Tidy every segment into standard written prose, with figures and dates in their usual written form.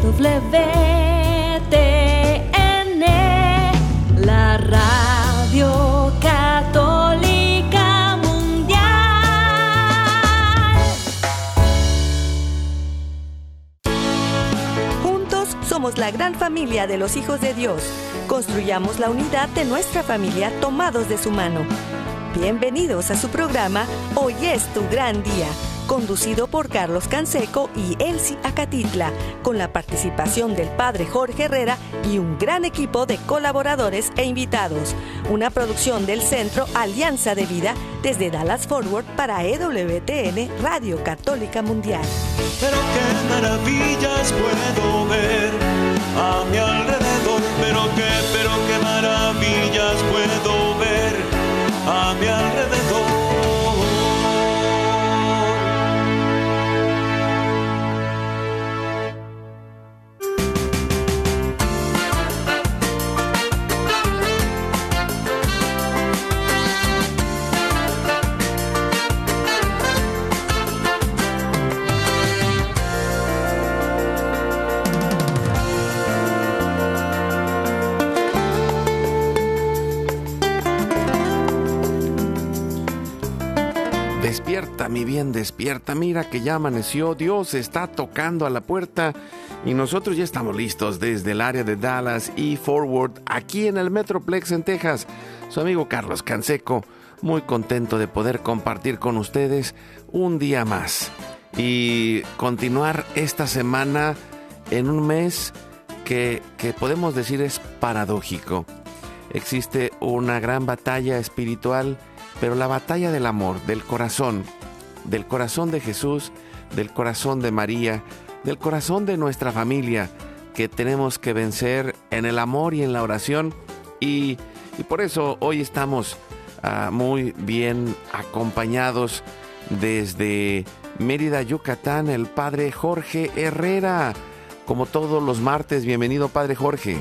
WTN, la Radio Católica Mundial. Juntos somos la gran familia de los hijos de Dios. Construyamos la unidad de nuestra familia tomados de su mano. Bienvenidos a su programa Hoy es tu gran día, conducido por Carlos Canseco y Elsie Acatitla, con la participación del Padre Jorge Herrera y un gran equipo de colaboradores e invitados. Una producción del Centro Alianza de Vida desde Dallas Fort Worth para EWTN Radio Católica Mundial. Pero qué maravillas puedo ver a mi alrededor, pero qué maravillas puedo ver a mi alrededor. Despierta, mi bien, despierta. Mira que ya amaneció. Dios está tocando a la puerta y nosotros ya estamos listos desde el área de Dallas y Fort Worth, aquí en el Metroplex en Texas. Su amigo Carlos Canseco, muy contento de poder compartir con ustedes un día más y continuar esta semana en un mes que podemos decir es paradójico. Existe una gran batalla espiritual, pero la batalla del amor, del corazón de Jesús, del corazón de María, del corazón de nuestra familia, que tenemos que vencer en el amor y en la oración. Y por eso hoy estamos muy bien acompañados desde Mérida, Yucatán, el Padre Jorge Herrera. Como todos los martes, bienvenido, Padre Jorge.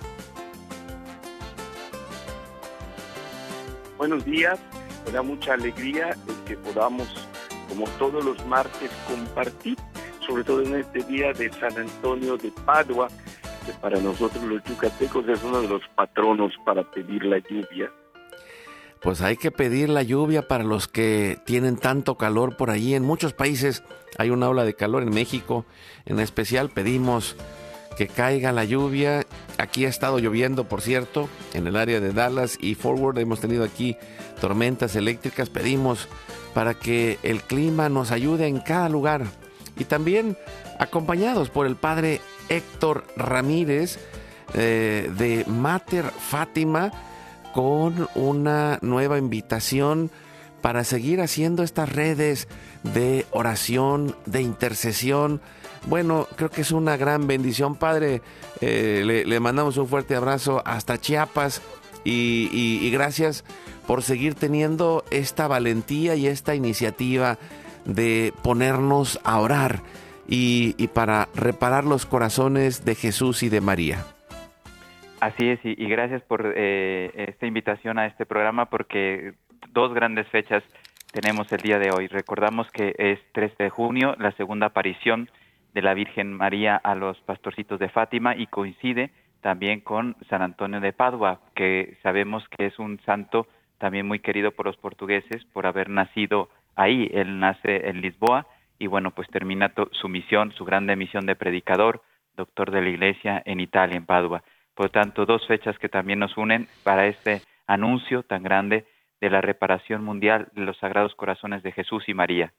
Buenos días. Me da mucha alegría el que podamos, como todos los martes, compartir, sobre todo en este día de San Antonio de Padua, que para nosotros los yucatecos es uno de los patronos para pedir la lluvia. Pues hay que pedir la lluvia para los que tienen tanto calor por allí. En muchos países hay una ola de calor, en México en especial pedimos que caiga la lluvia. Aquí ha estado lloviendo, por cierto, en el área de Dallas y Fort Worth. Hemos tenido aquí tormentas eléctricas. Pedimos para que el clima nos ayude en cada lugar. Y también acompañados por el Padre Héctor Ramírez de Mater Fátima, con una nueva invitación para seguir haciendo estas redes de oración, de intercesión. Bueno, creo que es una gran bendición, Padre. Le mandamos un fuerte abrazo hasta Chiapas y gracias por seguir teniendo esta valentía y esta iniciativa de ponernos a orar y para reparar los corazones de Jesús y de María. Así es, y gracias por esta invitación a este programa, porque dos grandes fechas tenemos el día de hoy. Recordamos que es 3 de junio, la segunda aparición de la Virgen María a los pastorcitos de Fátima, y coincide también con San Antonio de Padua, que sabemos que es un santo también muy querido por los portugueses por haber nacido ahí. Él nace en Lisboa y bueno, pues termina su misión, su grande misión de predicador, doctor de la Iglesia en Italia, en Padua. Por lo tanto, dos fechas que también nos unen para este anuncio tan grande de la reparación mundial de los Sagrados Corazones de Jesús y María.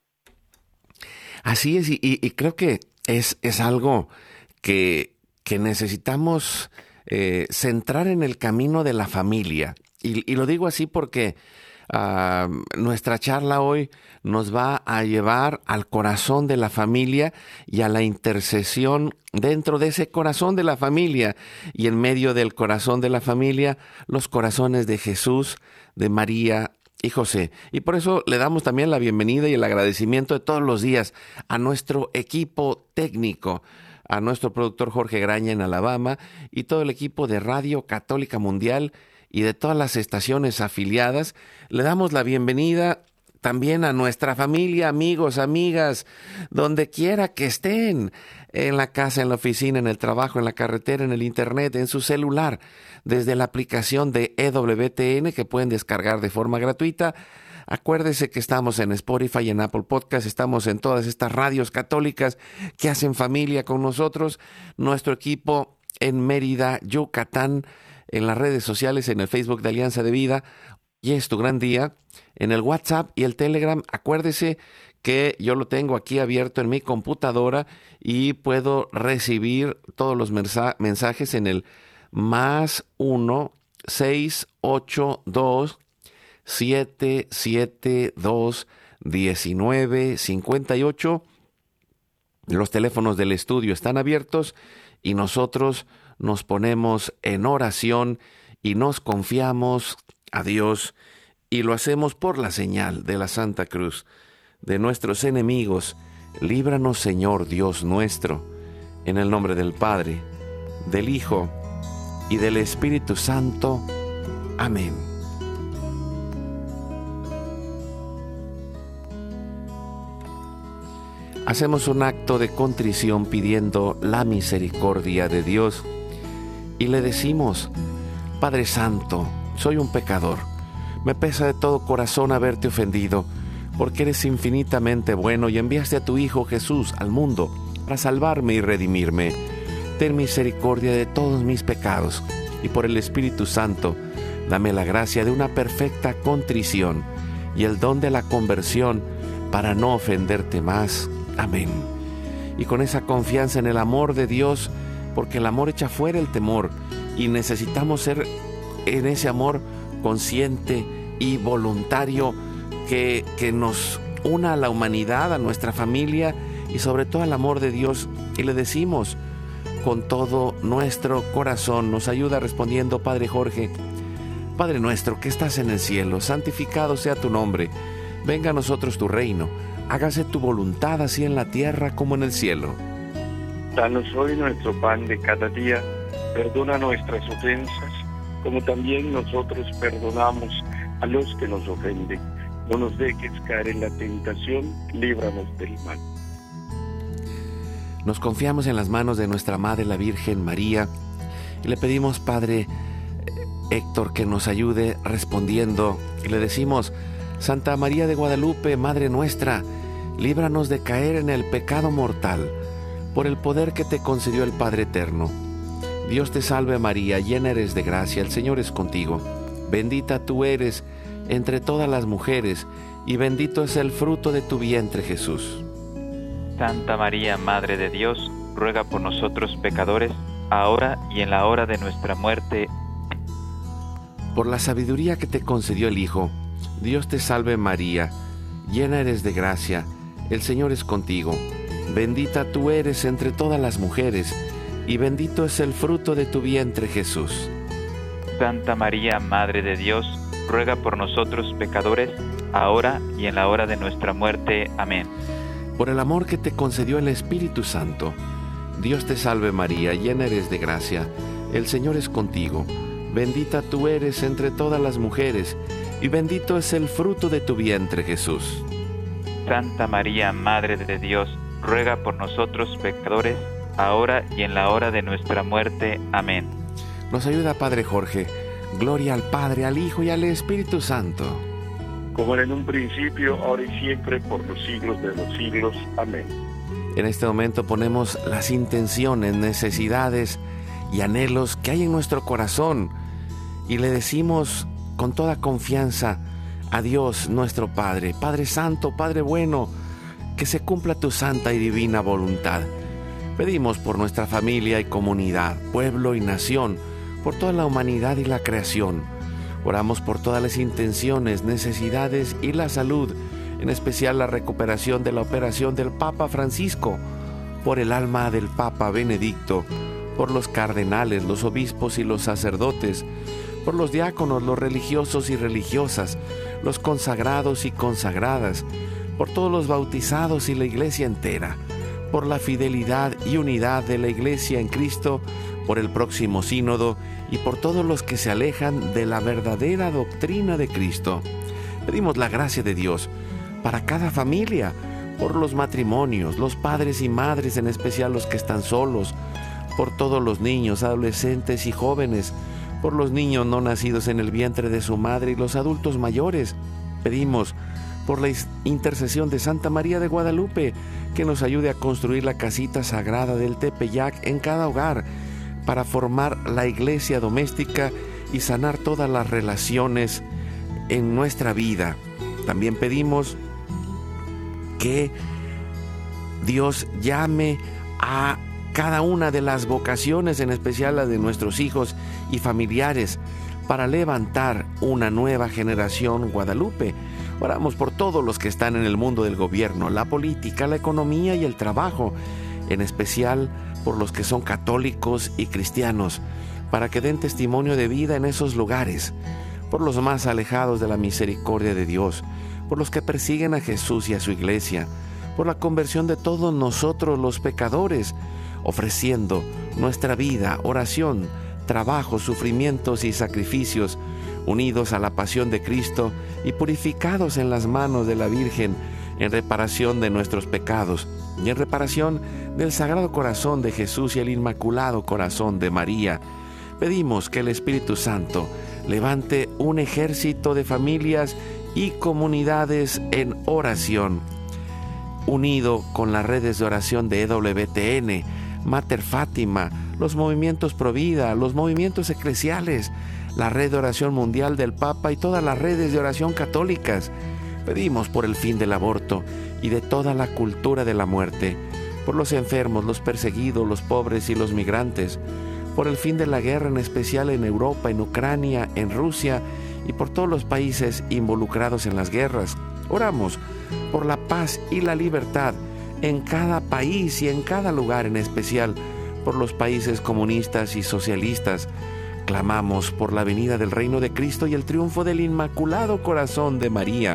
Así es, y creo que es algo que necesitamos centrar en el camino de la familia. Y lo digo así porque nuestra charla hoy nos va a llevar al corazón de la familia y a la intercesión dentro de ese corazón de la familia, y en medio del corazón de la familia, los corazones de Jesús, de María y José. Y por eso le damos también la bienvenida y el agradecimiento de todos los días a nuestro equipo técnico, a nuestro productor Jorge Graña en Alabama y todo el equipo de Radio Católica Mundial y de todas las estaciones afiliadas. Le damos la bienvenida también a nuestra familia, amigos, amigas, donde quiera que estén, en la casa, en la oficina, en el trabajo, en la carretera, en el internet, en su celular, desde la aplicación de EWTN que pueden descargar de forma gratuita. Acuérdese que estamos en Spotify y en Apple Podcast, estamos en todas estas radios católicas que hacen familia con nosotros, nuestro equipo en Mérida, Yucatán, en las redes sociales, en el Facebook de Alianza de Vida. Y es tu gran día, en el WhatsApp y el Telegram. Acuérdese que yo lo tengo aquí abierto en mi computadora y puedo recibir todos los mensajes en el +1 682 772 1958. Los teléfonos del estudio están abiertos y nosotros nos ponemos en oración y nos confiamos a Dios y lo hacemos por la señal de la Santa Cruz. De nuestros enemigos, líbranos, Señor Dios nuestro, en el nombre del Padre, del Hijo y del Espíritu Santo. Amén. Hacemos un acto de contrición pidiendo la misericordia de Dios y le decimos: Padre Santo, soy un pecador. Me pesa de todo corazón haberte ofendido, porque eres infinitamente bueno y enviaste a tu Hijo Jesús al mundo para salvarme y redimirme. Ten misericordia de todos mis pecados y por el Espíritu Santo, dame la gracia de una perfecta contrición y el don de la conversión para no ofenderte más. Amén. Y con esa confianza en el amor de Dios, porque el amor echa fuera el temor y necesitamos ser en ese amor consciente y voluntario que nos una a la humanidad, a nuestra familia y sobre todo al amor de Dios. Y le decimos con todo nuestro corazón, nos ayuda respondiendo Padre Jorge: Padre nuestro que estás en el cielo, santificado sea tu nombre. Venga a nosotros tu reino. Hágase tu voluntad así en la tierra como en el cielo. Danos hoy nuestro pan de cada día. Perdona nuestras ofensas, como también nosotros perdonamos a los que nos ofenden. No nos dejes caer en la tentación, líbranos del mal. Nos confiamos en las manos de nuestra Madre, la Virgen María, y le pedimos, Padre Héctor, que nos ayude respondiendo. Y le decimos: Santa María de Guadalupe, Madre nuestra, líbranos de caer en el pecado mortal, por el poder que te concedió el Padre Eterno. Dios te salve María, llena eres de gracia, el Señor es contigo. Bendita tú eres entre todas las mujeres, y bendito es el fruto de tu vientre, Jesús. Santa María, Madre de Dios, ruega por nosotros pecadores, ahora y en la hora de nuestra muerte. Por la sabiduría que te concedió el Hijo, Dios te salve María, llena eres de gracia, el Señor es contigo. Bendita tú eres entre todas las mujeres, y bendito es el fruto de tu vientre, Jesús. Santa María, Madre de Dios, ruega por nosotros pecadores, ahora y en la hora de nuestra muerte. Amén. Por el amor que te concedió el Espíritu Santo, Dios te salve María, llena eres de gracia, el Señor es contigo. Bendita tú eres entre todas las mujeres, y bendito es el fruto de tu vientre, Jesús. Santa María, Madre de Dios, ruega por nosotros pecadores, ahora y en la hora de nuestra muerte. Amén. Nos ayuda Padre Jorge. Gloria al Padre, al Hijo y al Espíritu Santo. Como era en un principio, ahora y siempre, por los siglos de los siglos. Amén. En este momento ponemos las intenciones, necesidades y anhelos que hay en nuestro corazón y le decimos con toda confianza a Dios nuestro Padre: Padre Santo, Padre bueno, que se cumpla tu santa y divina voluntad. Pedimos por nuestra familia y comunidad, pueblo y nación, por toda la humanidad y la creación. Oramos por todas las intenciones, necesidades y la salud, en especial la recuperación de la operación del Papa Francisco, por el alma del Papa Benedicto, por los cardenales, los obispos y los sacerdotes, por los diáconos, los religiosos y religiosas, los consagrados y consagradas, por todos los bautizados y la Iglesia entera, por la fidelidad y unidad de la Iglesia en Cristo, por el próximo sínodo y por todos los que se alejan de la verdadera doctrina de Cristo. Pedimos la gracia de Dios para cada familia, por los matrimonios, los padres y madres, en especial los que están solos, por todos los niños, adolescentes y jóvenes, por los niños no nacidos en el vientre de su madre y los adultos mayores. Pedimos por la intercesión de Santa María de Guadalupe, que nos ayude a construir la casita sagrada del Tepeyac en cada hogar, para formar la iglesia doméstica y sanar todas las relaciones en nuestra vida. También pedimos que Dios llame a cada una de las vocaciones, en especial la de nuestros hijos y familiares, para levantar una nueva generación Guadalupe. Oramos por todos los que están en el mundo del gobierno, la política, la economía y el trabajo, en especial por los que son católicos y cristianos, para que den testimonio de vida en esos lugares, por los más alejados de la misericordia de Dios, por los que persiguen a Jesús y a su iglesia, por la conversión de todos nosotros los pecadores, ofreciendo nuestra vida, oración, trabajo, sufrimientos y sacrificios, unidos a la pasión de Cristo y purificados en las manos de la Virgen, en reparación de nuestros pecados y en reparación del Sagrado Corazón de Jesús y el Inmaculado Corazón de María. Pedimos que el Espíritu Santo levante un ejército de familias y comunidades en oración, unido con las redes de oración de EWTN, Mater Fátima, los movimientos Provida, los movimientos eclesiales, la red de oración mundial del Papa y todas las redes de oración católicas. Pedimos por el fin del aborto y de toda la cultura de la muerte, por los enfermos, los perseguidos, los pobres y los migrantes, por el fin de la guerra, en especial en Europa, en Ucrania, en Rusia y por todos los países involucrados en las guerras. Oramos por la paz y la libertad en cada país y en cada lugar, en especial por los países comunistas y socialistas. Clamamos por la venida del reino de Cristo y el triunfo del Inmaculado Corazón de María.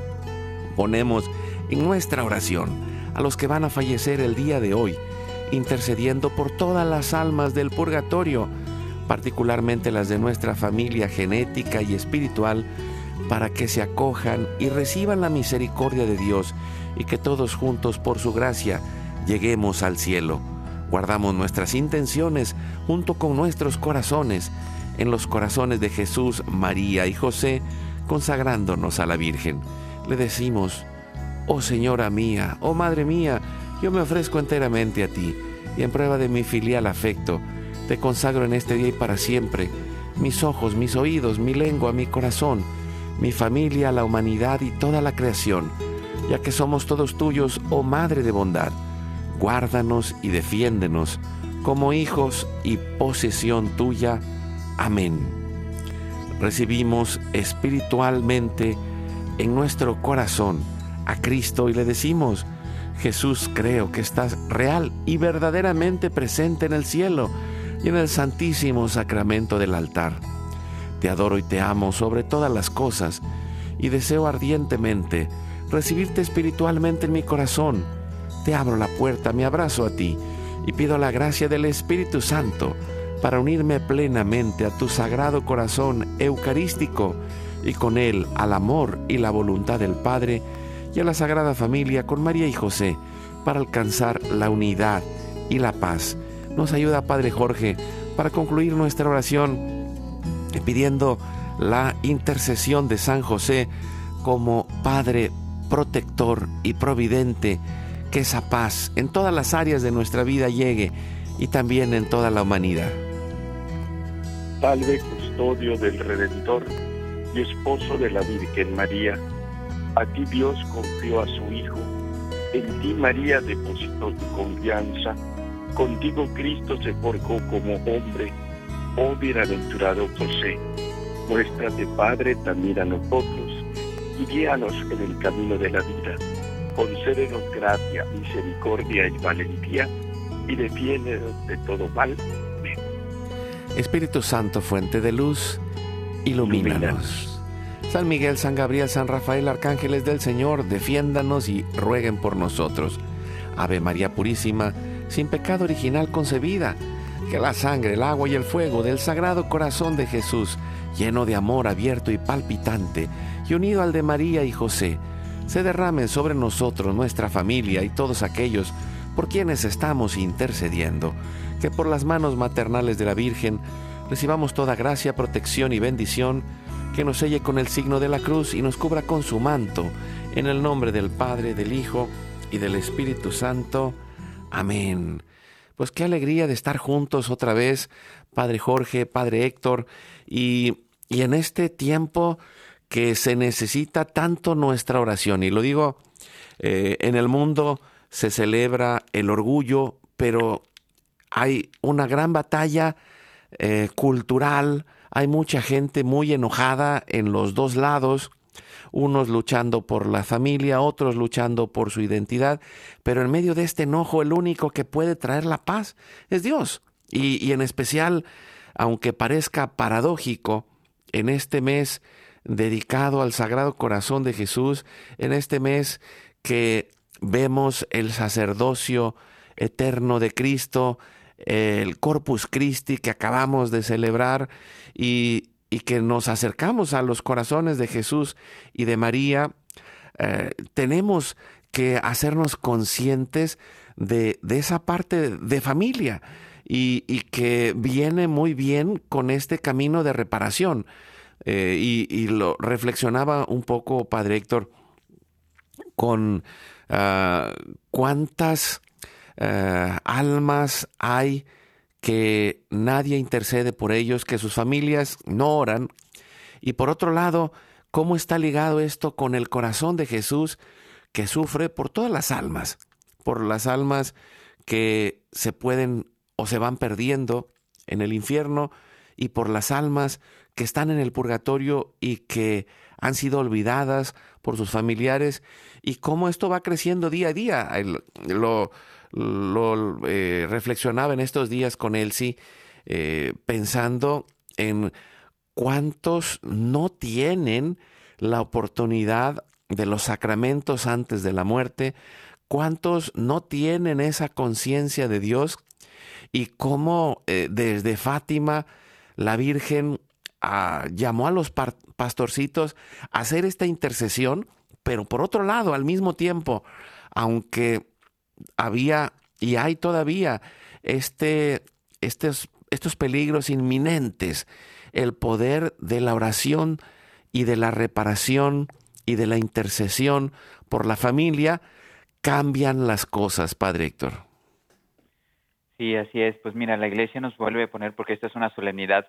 Ponemos en nuestra oración a los que van a fallecer el día de hoy, intercediendo por todas las almas del purgatorio, particularmente las de nuestra familia genética y espiritual, para que se acojan y reciban la misericordia de Dios y que todos juntos, por su gracia, lleguemos al cielo. Guardamos nuestras intenciones junto con nuestros corazones en los corazones de Jesús, María y José, consagrándonos a la Virgen. Le decimos: oh Señora mía, oh Madre mía, yo me ofrezco enteramente a ti, y en prueba de mi filial afecto, te consagro en este día y para siempre mis ojos, mis oídos, mi lengua, mi corazón, mi familia, la humanidad y toda la creación, ya que somos todos tuyos, oh Madre de bondad. Guárdanos y defiéndenos como hijos y posesión tuya. Amén. Recibimos espiritualmente en nuestro corazón a Cristo y le decimos: Jesús, creo que estás real y verdaderamente presente en el cielo y en el santísimo sacramento del altar. Te adoro y te amo sobre todas las cosas y deseo ardientemente recibirte espiritualmente en mi corazón. Te abro la puerta, me abrazo a ti y pido la gracia del Espíritu Santo para unirme plenamente a tu sagrado corazón eucarístico y con él al amor y la voluntad del Padre y a la Sagrada Familia con María y José para alcanzar la unidad y la paz. Nos ayuda Padre Jorge para concluir nuestra oración pidiendo la intercesión de San José como Padre protector y providente, que esa paz en todas las áreas de nuestra vida llegue y también en toda la humanidad. Salve, custodio del Redentor y esposo de la Virgen María. A ti Dios confió a su Hijo, en ti María depositó su confianza, contigo Cristo se forjó como hombre. Oh bienaventurado José, muéstrate Padre también a nosotros y guíanos en el camino de la vida. Concédenos gracia, misericordia y valentía y defiéndenos de todo mal. Amén. Espíritu Santo, fuente de luz, ilumínanos. San Miguel, San Gabriel, San Rafael, arcángeles del Señor, defiéndanos y rueguen por nosotros. Ave María Purísima, sin pecado original concebida, que la sangre, el agua y el fuego del Sagrado Corazón de Jesús, lleno de amor abierto y palpitante, y unido al de María y José, se derramen sobre nosotros, nuestra familia y todos aquellos por quienes estamos intercediendo, que por las manos maternales de la Virgen recibamos toda gracia, protección y bendición, que nos selle con el signo de la cruz y nos cubra con su manto, en el nombre del Padre, del Hijo y del Espíritu Santo. Amén. Pues qué alegría de estar juntos otra vez, Padre Jorge, Padre Héctor, y en este tiempo que se necesita tanto nuestra oración. Y lo digo, en el mundo se celebra el orgullo, pero hay una gran batalla cultural, hay mucha gente muy enojada en los dos lados, unos luchando por la familia, otros luchando por su identidad, pero en medio de este enojo el único que puede traer la paz es Dios. Y en especial, aunque parezca paradójico, en este mes dedicado al Sagrado Corazón de Jesús, en este mes que vemos el sacerdocio eterno de Cristo, el Corpus Christi que acabamos de celebrar y que nos acercamos a los corazones de Jesús y de María, tenemos que hacernos conscientes de esa parte de familia y que viene muy bien con este camino de reparación. Y lo reflexionaba un poco, Padre Héctor, con cuántas almas hay que nadie intercede por ellos, que sus familias no oran. Y por otro lado, ¿cómo está ligado esto con el corazón de Jesús que sufre por todas las almas que se pueden o se van perdiendo en el infierno y por las almas que están en el purgatorio y que han sido olvidadas por sus familiares, y cómo esto va creciendo día a día? Lo reflexionaba en estos días con Elsie, pensando en cuántos no tienen la oportunidad de los sacramentos antes de la muerte, cuántos no tienen esa conciencia de Dios, y cómo desde Fátima la Virgen llamó a los pastorcitos a hacer esta intercesión, pero por otro lado, al mismo tiempo, aunque había y hay todavía estos peligros inminentes, el poder de la oración y de la reparación y de la intercesión por la familia cambian las cosas, Padre Héctor. Sí, así es. Pues mira, la Iglesia nos vuelve a poner, porque esta es una solemnidad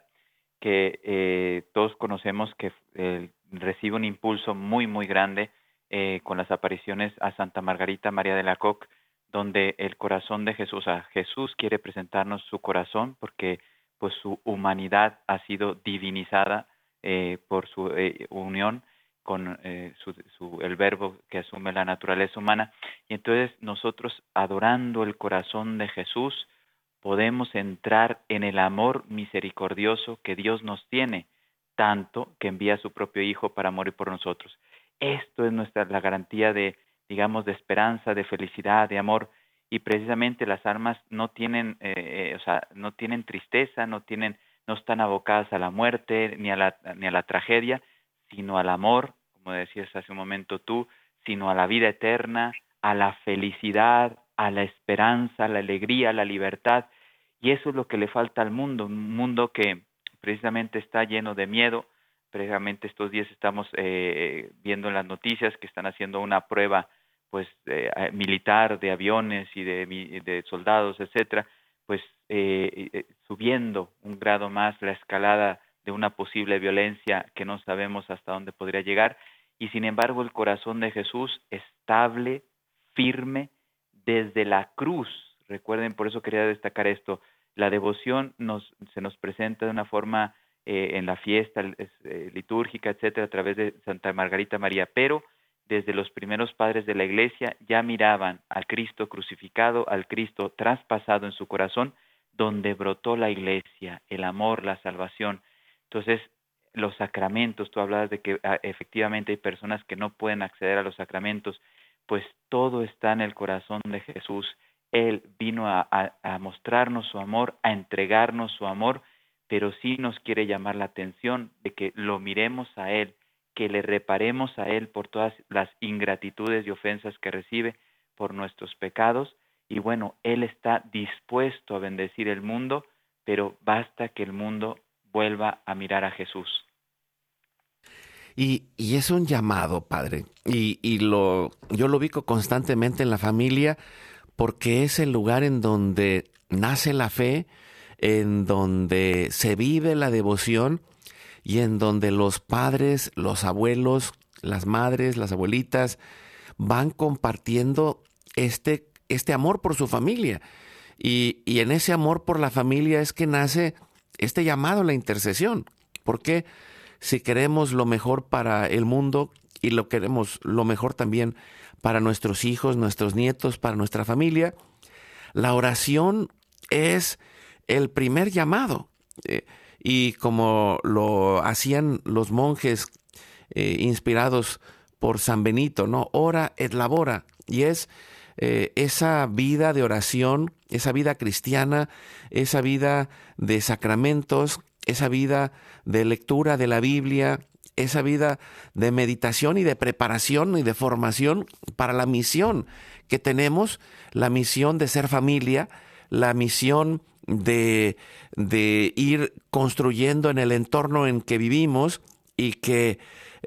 que todos conocemos, que recibe un impulso muy, muy grande con las apariciones a Santa Margarita María de Alacoque, donde el corazón de Jesús, Jesús quiere presentarnos su corazón, porque pues su humanidad ha sido divinizada por su unión con el verbo que asume la naturaleza humana. Y entonces nosotros, adorando el corazón de Jesús, podemos entrar en el amor misericordioso que Dios nos tiene, tanto que envía a su propio Hijo para morir por nosotros. Esto es la garantía de esperanza, de felicidad, de amor. Y precisamente las almas no tienen, no tienen tristeza, no están abocadas a la muerte ni a la tragedia, sino al amor, como decías hace un momento tú, sino a la vida eterna, a la felicidad, a la esperanza, a la alegría, a la libertad. Y eso es lo que le falta al mundo, un mundo que precisamente está lleno de miedo. Precisamente estos días estamos viendo en las noticias que están haciendo una prueba militar de aviones y de soldados, etcétera, subiendo un grado más la escalada de una posible violencia que no sabemos hasta dónde podría llegar. Y sin embargo el corazón de Jesús, estable, firme, desde la cruz. Recuerden, por eso quería destacar esto, la devoción se nos presenta de una forma en la fiesta litúrgica, etcétera, a través de Santa Margarita María, pero desde los primeros padres de la Iglesia ya miraban al Cristo crucificado, al Cristo traspasado en su corazón, donde brotó la Iglesia, el amor, la salvación. Entonces, los sacramentos, tú hablabas de que efectivamente hay personas que no pueden acceder a los sacramentos, pues todo está en el corazón de Jesús. Él vino a mostrarnos su amor, a entregarnos su amor, pero sí nos quiere llamar la atención de que lo miremos a Él, que le reparemos a Él por todas las ingratitudes y ofensas que recibe, por nuestros pecados. Y bueno, Él está dispuesto a bendecir el mundo, pero basta que el mundo vuelva a mirar a Jesús. Y es un llamado, Padre. Yo lo ubico constantemente en la familia porque es el lugar en donde nace la fe, en donde se vive la devoción y en donde los padres, los abuelos, las madres, las abuelitas van compartiendo este amor por su familia. Y en ese amor por la familia es que nace este llamado a la intercesión. Porque si queremos lo mejor para el mundo y lo queremos lo mejor también para nuestros hijos, nuestros nietos, para nuestra familia, la oración es el primer llamado. Y como lo hacían los monjes inspirados por San Benito, ¿no? Ora et labora. Y es esa vida de oración, esa vida cristiana, esa vida de sacramentos, esa vida de lectura de la Biblia, esa vida de meditación y de preparación y de formación para la misión que tenemos, la misión de ser familia, la misión de ir construyendo en el entorno en que vivimos y que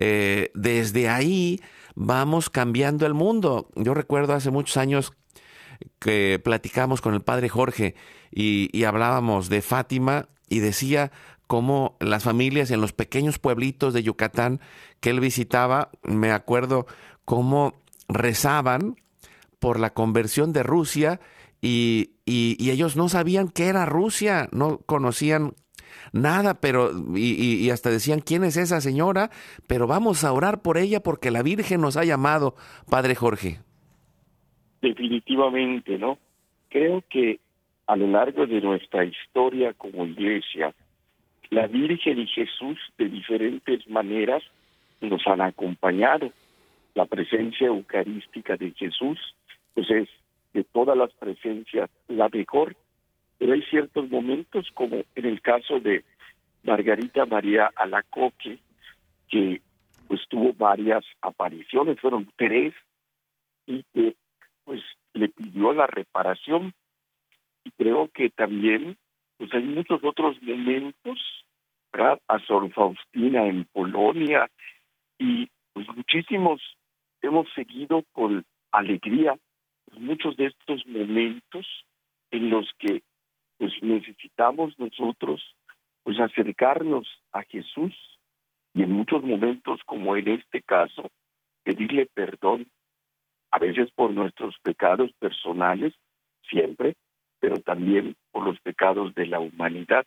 desde ahí vamos cambiando el mundo. Yo recuerdo hace muchos años que platicamos con el padre Jorge y hablábamos de Fátima y decía cómo las familias en los pequeños pueblitos de Yucatán que él visitaba, me acuerdo cómo rezaban por la conversión de Rusia y ellos no sabían qué era Rusia, no conocían nada, pero y hasta decían, ¿quién es esa señora? Pero vamos a orar por ella porque la Virgen nos ha llamado, Padre Jorge. Definitivamente, ¿no? Creo que a lo largo de nuestra historia como iglesia, la Virgen y Jesús de diferentes maneras nos han acompañado. La presencia eucarística de Jesús, pues es de todas las presencias la mejor, pero hay ciertos momentos, como en el caso de Margarita María Alacoque, que pues tuvo varias apariciones, fueron 3, y que pues le pidió la reparación. Y creo que también pues hay muchos otros momentos, ¿verdad? A Sor Faustina en Polonia, y pues muchísimos hemos seguido con alegría muchos de estos momentos en los que pues necesitamos nosotros pues acercarnos a Jesús, y en muchos momentos, como en este caso, pedirle perdón, a veces por nuestros pecados personales, siempre, pero también por los pecados de la humanidad.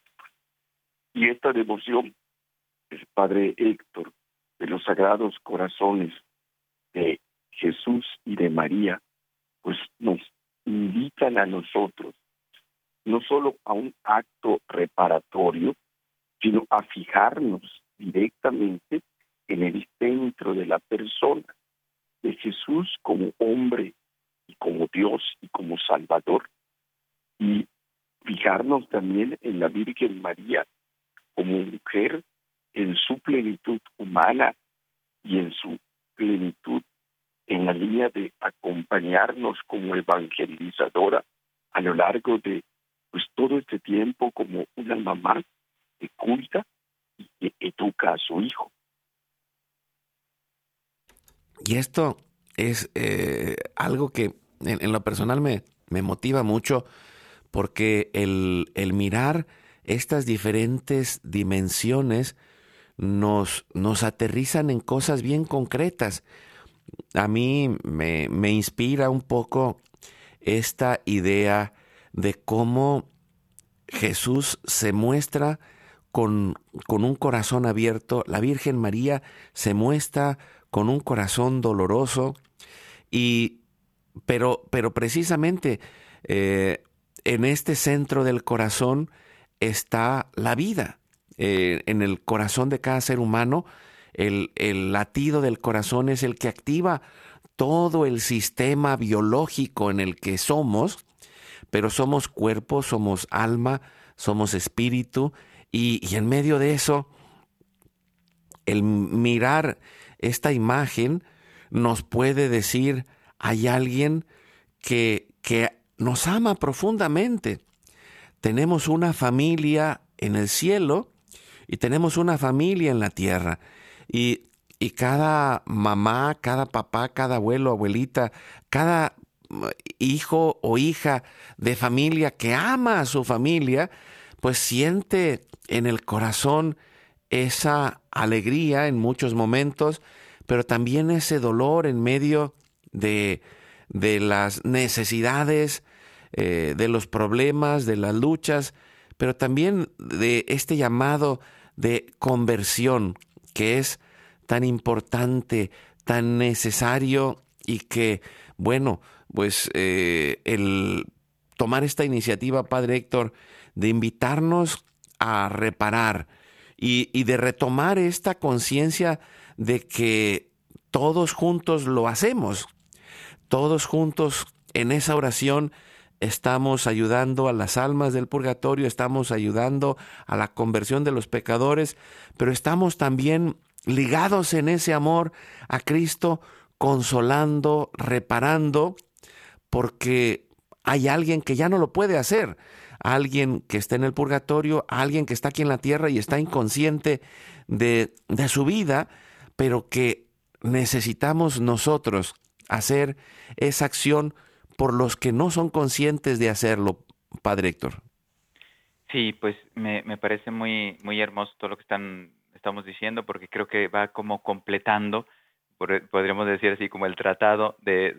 Y esta devoción del Padre Héctor, de los Sagrados Corazones de Jesús y de María, pues nos invitan a nosotros no solo a un acto reparatorio, sino a fijarnos directamente en el centro de la persona de Jesús como hombre y como Dios y como Salvador, y fijarnos también en la Virgen María como mujer en su plenitud humana y en su plenitud en la línea de acompañarnos como evangelizadora a lo largo de pues todo este tiempo, como una mamá que cuida y que educa a su hijo. Y esto es algo que en lo personal me motiva mucho, porque el mirar estas diferentes dimensiones nos aterrizan en cosas bien concretas. A mí me inspira un poco esta idea de cómo Jesús se muestra con un corazón abierto, la Virgen María se muestra con un corazón doloroso, pero precisamente en este centro del corazón está la vida. En el corazón de cada ser humano, el latido del corazón es el que activa todo el sistema biológico en el que somos, pero somos cuerpo, somos alma, somos espíritu, y en medio de eso, el mirar esta imagen nos puede decir, hay alguien que nos ama profundamente. Tenemos una familia en el cielo y tenemos una familia en la tierra. Y cada mamá, cada papá, cada abuelo, abuelita, cada hijo o hija de familia que ama a su familia, pues siente en el corazón esa alegría en muchos momentos, pero también ese dolor en medio de las necesidades, de los problemas, de las luchas, pero también de este llamado de conversión que es tan importante, tan necesario, y que, bueno, pues el tomar esta iniciativa, Padre Héctor, de invitarnos a reparar y de retomar esta conciencia de que todos juntos lo hacemos, todos juntos en esa oración estamos ayudando a las almas del purgatorio, estamos ayudando a la conversión de los pecadores, pero estamos también ligados en ese amor a Cristo, consolando, reparando, porque hay alguien que ya no lo puede hacer, alguien que está en el purgatorio, alguien que está aquí en la tierra y está inconsciente de su vida, pero que necesitamos nosotros hacer esa acción por los que no son conscientes de hacerlo, Padre Héctor. Sí, pues me parece muy, muy hermoso todo lo que estamos diciendo, porque creo que va como completando, podríamos decir así, como el tratado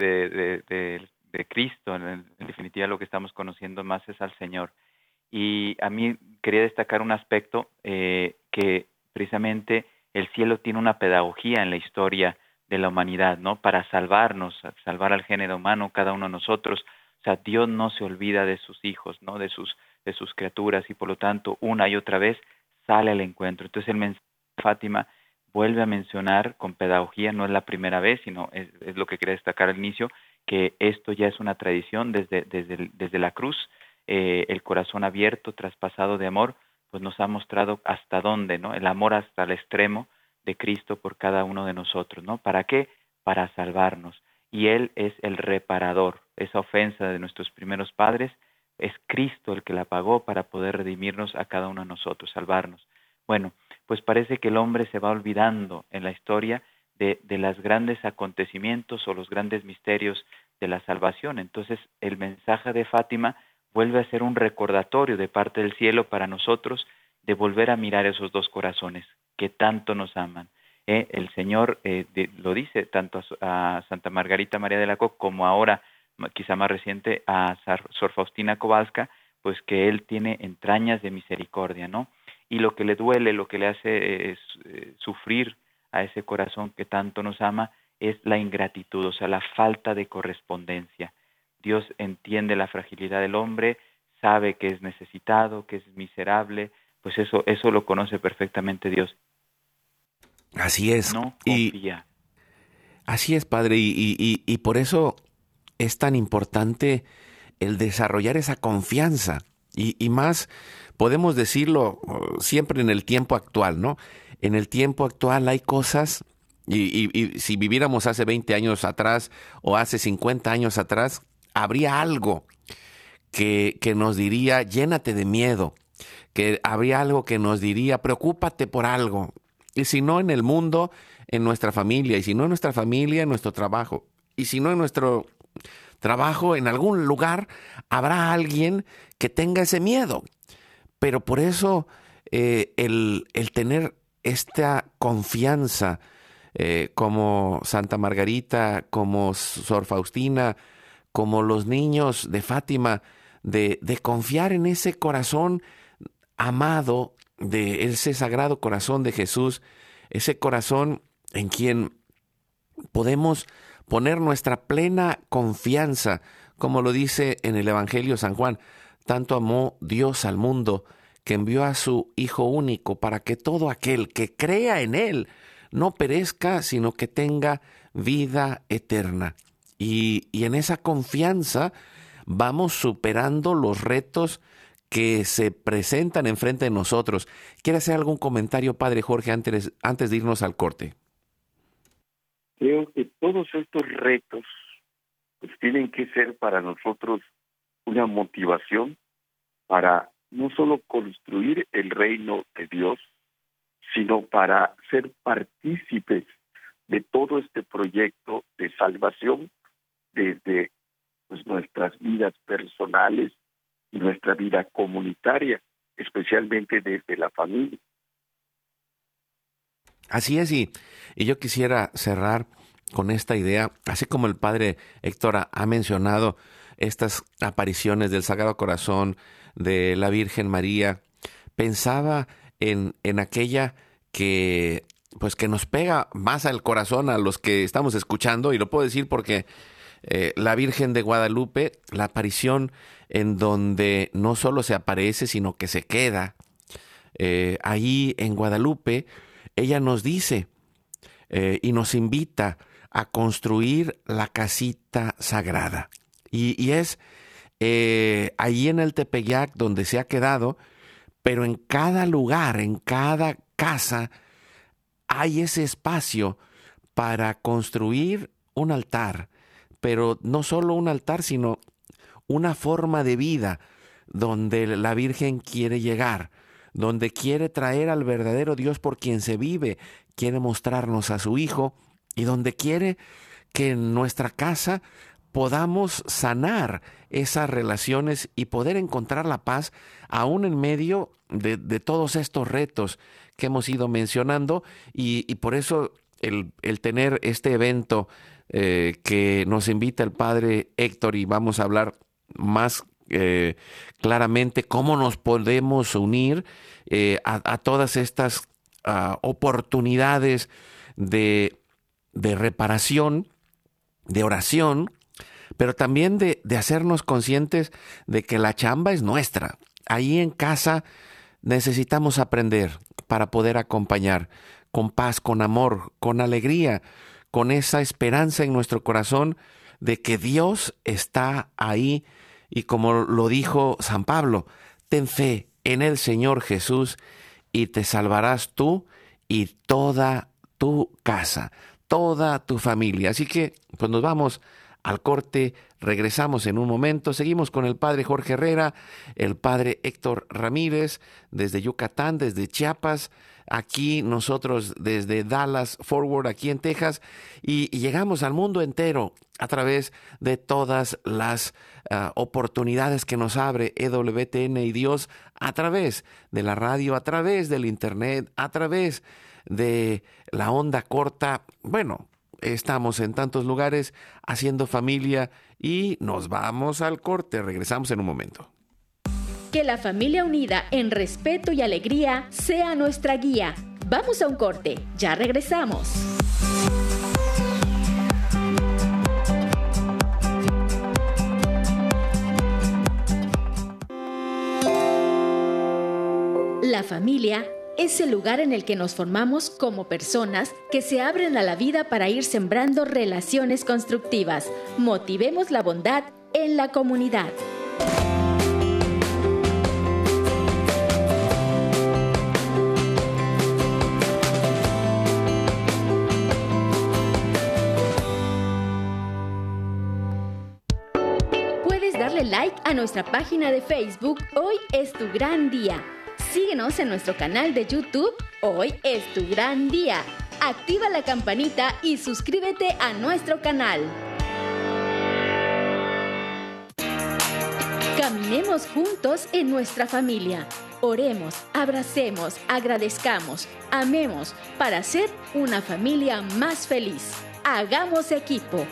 de Cristo. En definitiva, lo que estamos conociendo más es al Señor. Y a mí quería destacar un aspecto que precisamente el cielo tiene una pedagogía en la historia de la humanidad, ¿no? Para salvarnos, salvar al género humano, cada uno de nosotros. O sea, Dios no se olvida de sus hijos, ¿no? De sus criaturas, y por lo tanto, una y otra vez sale al encuentro. Entonces el mensaje de Fátima vuelve a mencionar con pedagogía, no es la primera vez, sino es lo que quería destacar al inicio, que esto ya es una tradición desde la cruz. El corazón abierto, traspasado de amor, pues nos ha mostrado hasta dónde, ¿no? El amor hasta el extremo de Cristo por cada uno de nosotros, ¿no? ¿Para qué? Para salvarnos. Y Él es el reparador. Esa ofensa de nuestros primeros padres, es Cristo el que la pagó para poder redimirnos a cada uno de nosotros, salvarnos. Bueno, pues parece que el hombre se va olvidando en la historia de los grandes acontecimientos o los grandes misterios de la salvación. Entonces, el mensaje de Fátima vuelve a ser un recordatorio de parte del cielo para nosotros de volver a mirar esos dos corazones que tanto nos aman. El Señor lo dice tanto a Santa Margarita María de Alacoque como ahora, quizá más reciente, a Sor Faustina Kowalska, pues que Él tiene entrañas de misericordia, ¿no? Y lo que le duele, lo que le hace sufrir a ese corazón que tanto nos ama, es la ingratitud, o sea, la falta de correspondencia. Dios entiende la fragilidad del hombre, sabe que es necesitado, que es miserable, pues eso lo conoce perfectamente Dios. Así es. No confía. Así es, Padre, y por eso es tan importante el desarrollar esa confianza, y más podemos decirlo siempre en el tiempo actual, ¿no? En el tiempo actual hay cosas, y si viviéramos hace 20 años atrás o hace 50 años atrás, habría algo que nos diría, llénate de miedo, que habría algo que nos diría, preocúpate por algo. Y si no en el mundo, en nuestra familia, y si no en nuestra familia, en nuestro trabajo, y si no en nuestro trabajo, en algún lugar, habrá alguien que tenga ese miedo. Pero por eso el tener esta confianza, como Santa Margarita, como Sor Faustina, como los niños de Fátima, de confiar en ese corazón amado, de ese sagrado corazón de Jesús, ese corazón en quien podemos poner nuestra plena confianza, como lo dice en el Evangelio San Juan: tanto amó Dios al mundo que envió a su Hijo único para que todo aquel que crea en Él no perezca, sino que tenga vida eterna. Y en esa confianza vamos superando los retos que se presentan enfrente de nosotros. ¿Quiere hacer algún comentario, Padre Jorge, antes de irnos al corte? Creo que todos estos retos pues tienen que ser para nosotros una motivación para no solo construir el reino de Dios, sino para ser partícipes de todo este proyecto de salvación desde pues, nuestras vidas personales y nuestra vida comunitaria, especialmente desde la familia. Así es, y yo quisiera cerrar con esta idea, así como el Padre Héctor ha mencionado estas apariciones del Sagrado Corazón, de la Virgen María, pensaba en aquella que nos pega más al corazón a los que estamos escuchando, y lo puedo decir porque la Virgen de Guadalupe, la aparición en donde no solo se aparece, sino que se queda ahí en Guadalupe, ella nos dice y nos invita a construir la casita sagrada. Y es ahí en el Tepeyac donde se ha quedado, pero en cada lugar, en cada casa, hay ese espacio para construir un altar, pero no solo un altar, sino una forma de vida donde la Virgen quiere llegar, donde quiere traer al verdadero Dios por quien se vive, quiere mostrarnos a su Hijo, y donde quiere que en nuestra casa podamos sanar esas relaciones y poder encontrar la paz aún en medio de todos estos retos que hemos ido mencionando, y por eso el tener este evento que nos invita el Padre Héctor, y vamos a hablar más claramente cómo nos podemos unir a todas estas oportunidades de reparación, de oración, pero también de hacernos conscientes de que la chamba es nuestra. Ahí en casa necesitamos aprender para poder acompañar con paz, con amor, con alegría, con esa esperanza en nuestro corazón de que Dios está ahí, y como lo dijo San Pablo, ten fe en el Señor Jesús y te salvarás tú y toda tu casa, toda tu familia. Así que pues nos vamos al corte, regresamos en un momento, seguimos con el Padre Jorge Herrera, el Padre Héctor Ramírez, desde Yucatán, desde Chiapas, aquí nosotros desde Dallas Forward, aquí en Texas, y llegamos al mundo entero a través de todas las oportunidades que nos abre EWTN y Dios, a través de la radio, a través del internet, a través de la onda corta. Bueno, estamos en tantos lugares haciendo familia, y nos vamos al corte. Regresamos en un momento. Que la familia unida en respeto y alegría sea nuestra guía. Vamos a un corte, ya regresamos. La familia es el lugar en el que nos formamos como personas que se abren a la vida para ir sembrando relaciones constructivas. Motivemos la bondad en la comunidad. Puedes darle like a nuestra página de Facebook Hoy es tu gran día. Síguenos en nuestro canal de YouTube, Hoy es tu gran día. Activa la campanita y suscríbete a nuestro canal. Caminemos juntos en nuestra familia. Oremos, abracemos, agradezcamos, amemos para ser una familia más feliz. Hagamos equipo.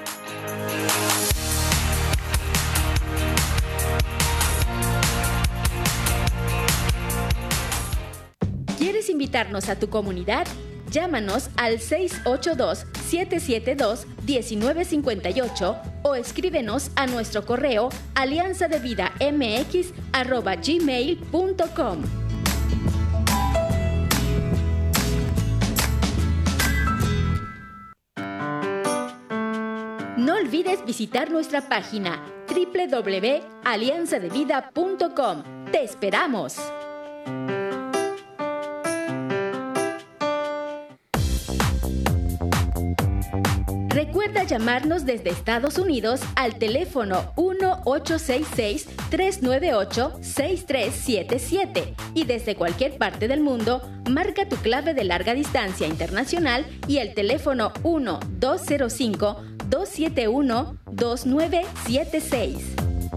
¿Quieres invitarnos a tu comunidad? Llámanos al 682-772-1958 o escríbenos a nuestro correo alianzadevidamx@gmail.com. No olvides visitar nuestra página www.alianzadevida.com. ¡Te esperamos! Recuerda llamarnos desde Estados Unidos al teléfono 1-866-398-6377 y desde cualquier parte del mundo, marca tu clave de larga distancia internacional y el teléfono 1-205-271-2976.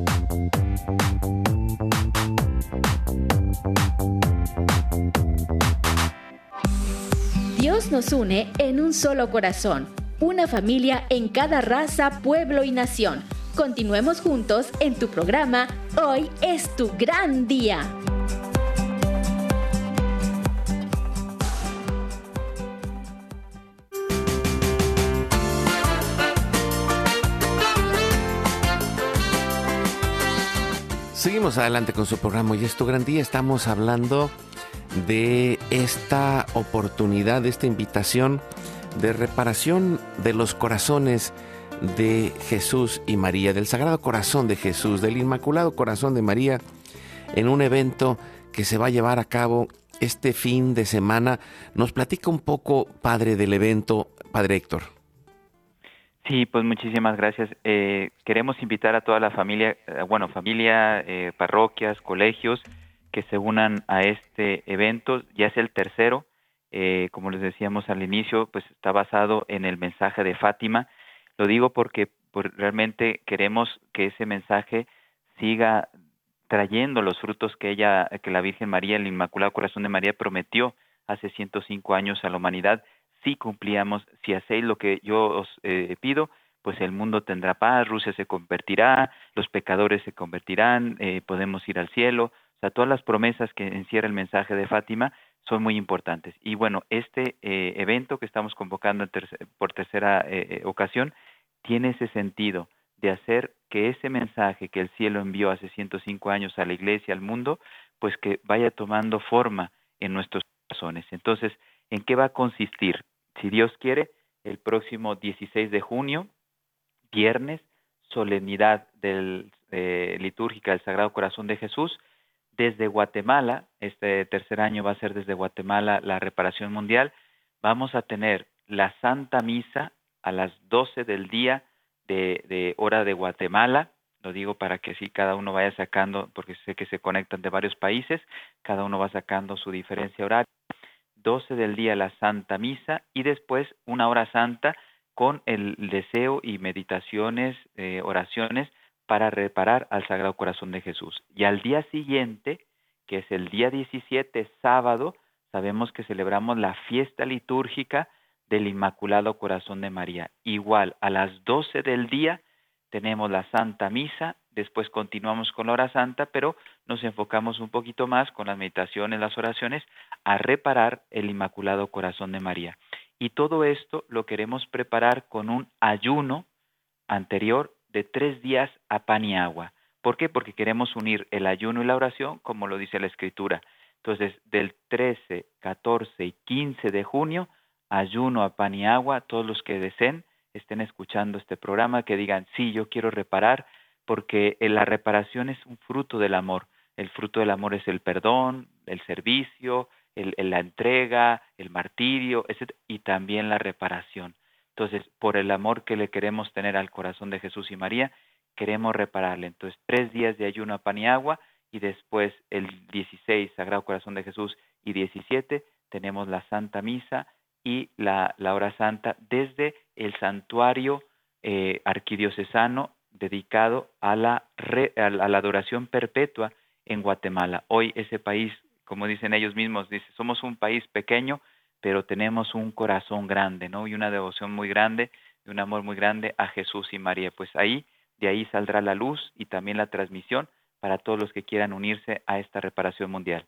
Dios nos une en un solo corazón. Una familia en cada raza, pueblo y nación. Continuemos juntos en tu programa Hoy es tu gran día. Seguimos adelante con su programa Hoy es tu gran día. Estamos hablando de esta oportunidad, de esta invitación de reparación de los corazones de Jesús y María, del Sagrado Corazón de Jesús, del Inmaculado Corazón de María, en un evento que se va a llevar a cabo este fin de semana. Nos platica un poco, padre, del evento, padre Héctor. Sí, pues muchísimas gracias. Queremos invitar a toda la familia, parroquias, colegios, que se unan a este evento. Ya es el tercero. Como les decíamos al inicio, pues está basado en el mensaje de Fátima. Lo digo porque realmente queremos que ese mensaje siga trayendo los frutos que la Virgen María, el Inmaculado Corazón de María, prometió hace 105 años a la humanidad. Si cumplíamos, si hacéis lo que yo os pido, pues el mundo tendrá paz, Rusia se convertirá, los pecadores se convertirán, podemos ir al cielo. O sea, todas las promesas que encierra el mensaje de Fátima son muy importantes. Y bueno, este evento que estamos convocando por tercera ocasión tiene ese sentido de hacer que ese mensaje que el cielo envió hace 105 años a la Iglesia, al mundo, pues que vaya tomando forma en nuestros corazones. Entonces, ¿en qué va a consistir? Si Dios quiere, el próximo 16 de junio, viernes, solemnidad litúrgica del Sagrado Corazón de Jesús. Desde Guatemala, este tercer año va a ser desde Guatemala la reparación mundial, vamos a tener la Santa Misa a las 12 del día de hora de Guatemala. Lo digo para que así cada uno vaya sacando, porque sé que se conectan de varios países, cada uno va sacando su diferencia horaria. 12 del día la Santa Misa y después una hora santa con el deseo y meditaciones, oraciones para reparar al Sagrado Corazón de Jesús. Y al día siguiente, que es el día 17, sábado, sabemos que celebramos la fiesta litúrgica del Inmaculado Corazón de María. Igual, a las 12 del día tenemos la Santa Misa, después continuamos con la hora santa, pero nos enfocamos un poquito más con las meditaciones, las oraciones, a reparar el Inmaculado Corazón de María. Y todo esto lo queremos preparar con un ayuno anterior de 3 días a pan y agua. ¿Por qué? Porque queremos unir el ayuno y la oración, como lo dice la Escritura. Entonces, del 13, 14 y 15 de junio, ayuno a pan y agua. Todos los que deseen, estén escuchando este programa, que digan, sí, yo quiero reparar, porque la reparación es un fruto del amor. El fruto del amor es el perdón, el servicio, la entrega, el martirio, etc., y también la reparación. Entonces, por el amor que le queremos tener al corazón de Jesús y María, queremos repararle. Entonces, 3 días de ayuno a pan y agua, y después el 16, Sagrado Corazón de Jesús, y 17, tenemos la Santa Misa y la hora santa desde el santuario arquidiocesano dedicado a la adoración perpetua en Guatemala. Hoy ese país, como dicen ellos mismos, dice, somos un país pequeño, pero tenemos un corazón grande, ¿no? Y una devoción muy grande, y un amor muy grande a Jesús y María. Pues de ahí saldrá la luz y también la transmisión para todos los que quieran unirse a esta reparación mundial.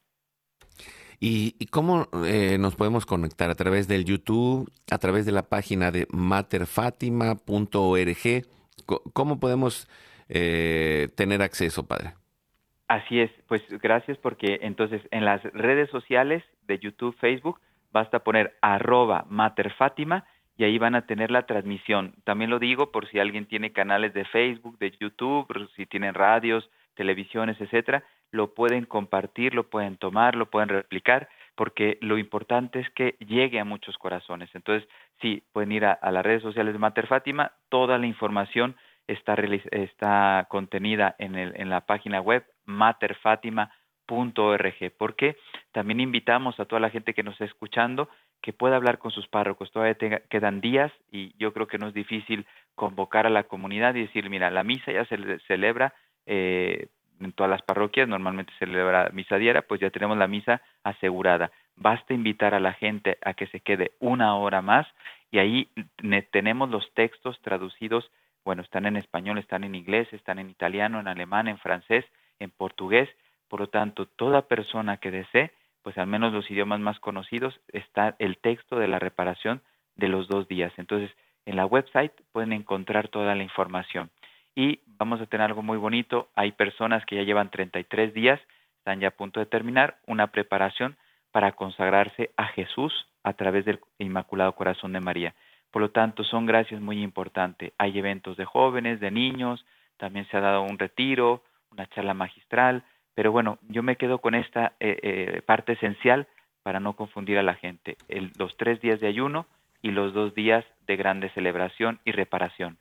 ¿Y cómo nos podemos conectar? ¿A través del YouTube? ¿A través de la página de materfatima.org? ¿Cómo podemos tener acceso, padre? Así es, pues gracias, porque entonces en las redes sociales de YouTube, Facebook, basta poner @materfatima y ahí van a tener la transmisión. También lo digo por si alguien tiene canales de Facebook, de YouTube, si tienen radios, televisiones, etcétera, lo pueden compartir, lo pueden tomar, lo pueden replicar, porque lo importante es que llegue a muchos corazones. Entonces, sí, pueden ir a las redes sociales de Mater Fátima, toda la información está contenida en la página web materfatima.org, porque también invitamos a toda la gente que nos está escuchando que pueda hablar con sus párrocos. Todavía quedan días y yo creo que no es difícil convocar a la comunidad y decir, mira, la misa ya se celebra en todas las parroquias, normalmente se celebra misa diaria, pues ya tenemos la misa asegurada. Basta invitar a la gente a que se quede una hora más y ahí tenemos los textos traducidos, bueno, están en español, están en inglés, están en italiano, en alemán, en francés, en portugués. Por lo tanto, toda persona que desee, pues al menos los idiomas más conocidos, está el texto de la reparación de los 2 días. Entonces, en la website pueden encontrar toda la información. Y vamos a tener algo muy bonito. Hay personas que ya llevan 33 días, están ya a punto de terminar, una preparación para consagrarse a Jesús a través del Inmaculado Corazón de María. Por lo tanto, son gracias muy importantes. Hay eventos de jóvenes, de niños, también se ha dado un retiro, una charla magistral, pero bueno, yo me quedo con esta parte esencial para no confundir a la gente. Los 3 días de ayuno y los 2 días de grande celebración y reparación.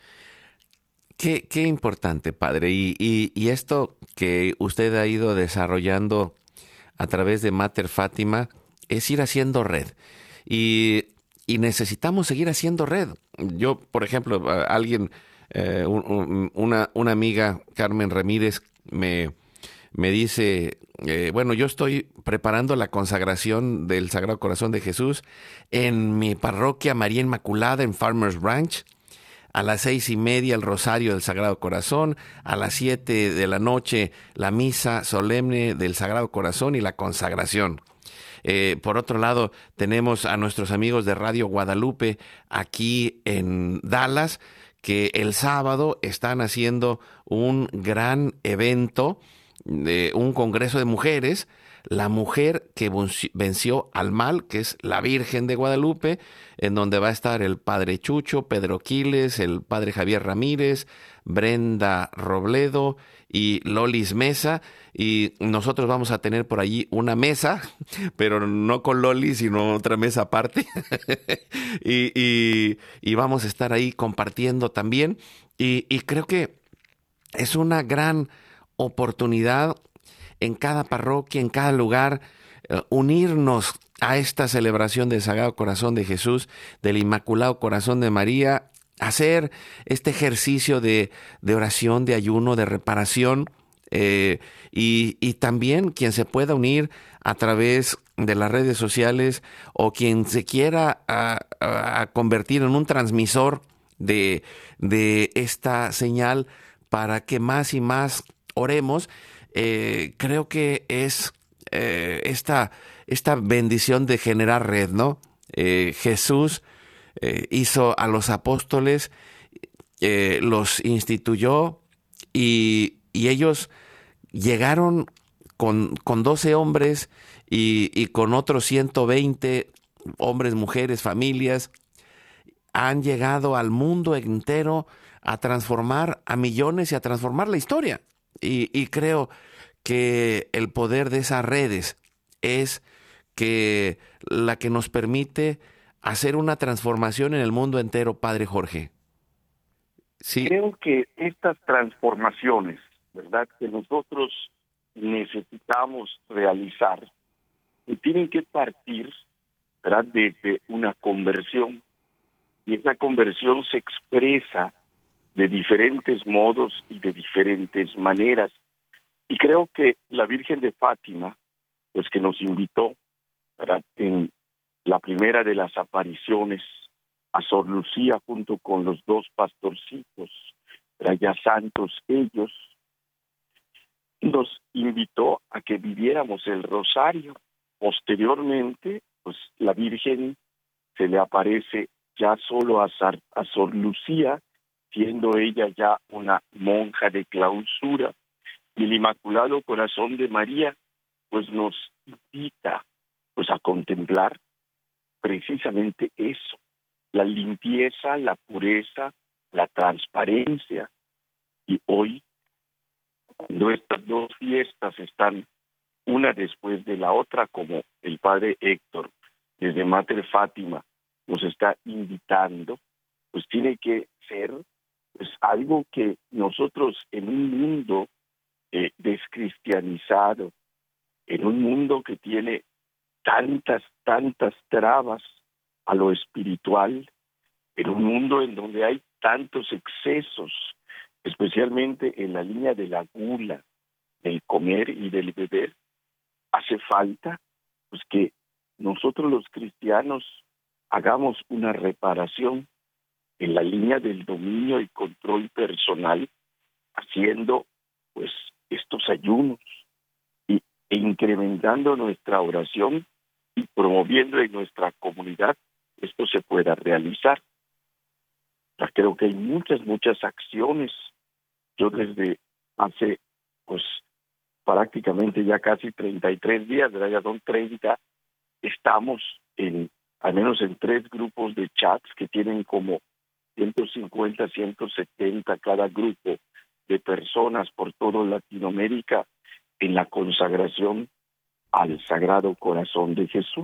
Qué importante, padre. Y esto que usted ha ido desarrollando a través de Mater Fátima es ir haciendo red. Y necesitamos seguir haciendo red. Yo, por ejemplo, una amiga, Carmen Ramírez, me dice, bueno, yo estoy preparando la consagración del Sagrado Corazón de Jesús en mi parroquia María Inmaculada en Farmers Branch. A las 6:30 el Rosario del Sagrado Corazón, a las 7 de la noche la misa solemne del Sagrado Corazón y la consagración. Por otro lado, tenemos a nuestros amigos de Radio Guadalupe aquí en Dallas, que el sábado están haciendo un gran evento, un congreso de mujeres, la mujer que venció al mal, que es la Virgen de Guadalupe, en donde va a estar el padre Chucho, Pedro Quiles, el padre Javier Ramírez, Brenda Robledo y Lolis Mesa, y nosotros vamos a tener por allí una mesa, pero no con Lolis, sino otra mesa aparte, y vamos a estar ahí compartiendo también, y creo que es una gran oportunidad en cada parroquia, en cada lugar, unirnos a esta celebración del Sagrado Corazón de Jesús, del Inmaculado Corazón de María, hacer este ejercicio de oración, de ayuno, de reparación, y también quien se pueda unir a través de las redes sociales o quien se quiera a convertir en un transmisor de esta señal para que más y más oremos. Creo que es esta bendición de generar red, ¿no? Jesús hizo a los apóstoles, los instituyó y ellos llegaron con 12 hombres y con otros 120 hombres, mujeres, familias. Han llegado al mundo entero a transformar a millones y a transformar la historia. Y creo que el poder de esas redes es que la que nos permite hacer una transformación en el mundo entero, Padre Jorge. Sí. Creo que estas transformaciones, ¿verdad?, que nosotros necesitamos realizar, tienen que partir, ¿verdad?, desde una conversión. Y esa conversión se expresa de diferentes modos y de diferentes maneras. Y creo que la Virgen de Fátima, pues que nos invitó, ¿verdad?, en la primera de las apariciones a Sor Lucía junto con los 2 pastorcitos, ¿verdad?, ya santos ellos, nos invitó a que viviéramos el rosario. Posteriormente, pues la Virgen se le aparece ya solo a Sor Lucía, siendo ella ya una monja de clausura, y el Inmaculado Corazón de María pues nos invita pues a contemplar precisamente eso, la limpieza, la pureza, la transparencia. Y hoy, cuando estas dos fiestas están una después de la otra, como el padre Héctor desde Mater Fátima nos está invitando, pues tiene que ser pues algo que nosotros en un mundo descristianizado, en un mundo que tiene tantas trabas a lo espiritual, en un mundo en donde hay tantos excesos, especialmente en la línea de la gula, del comer y del beber, hace falta pues que nosotros los cristianos hagamos una reparación en la línea del dominio y control personal, haciendo pues estos ayunos e incrementando nuestra oración y promoviendo en nuestra comunidad esto se pueda realizar. Creo que hay muchas acciones. Yo desde hace pues prácticamente ya casi 33 días, ¿verdad? Ya son 30, estamos al menos en 3 grupos de chats que tienen como 150, 170 cada grupo de personas por toda Latinoamérica en la consagración al Sagrado Corazón de Jesús,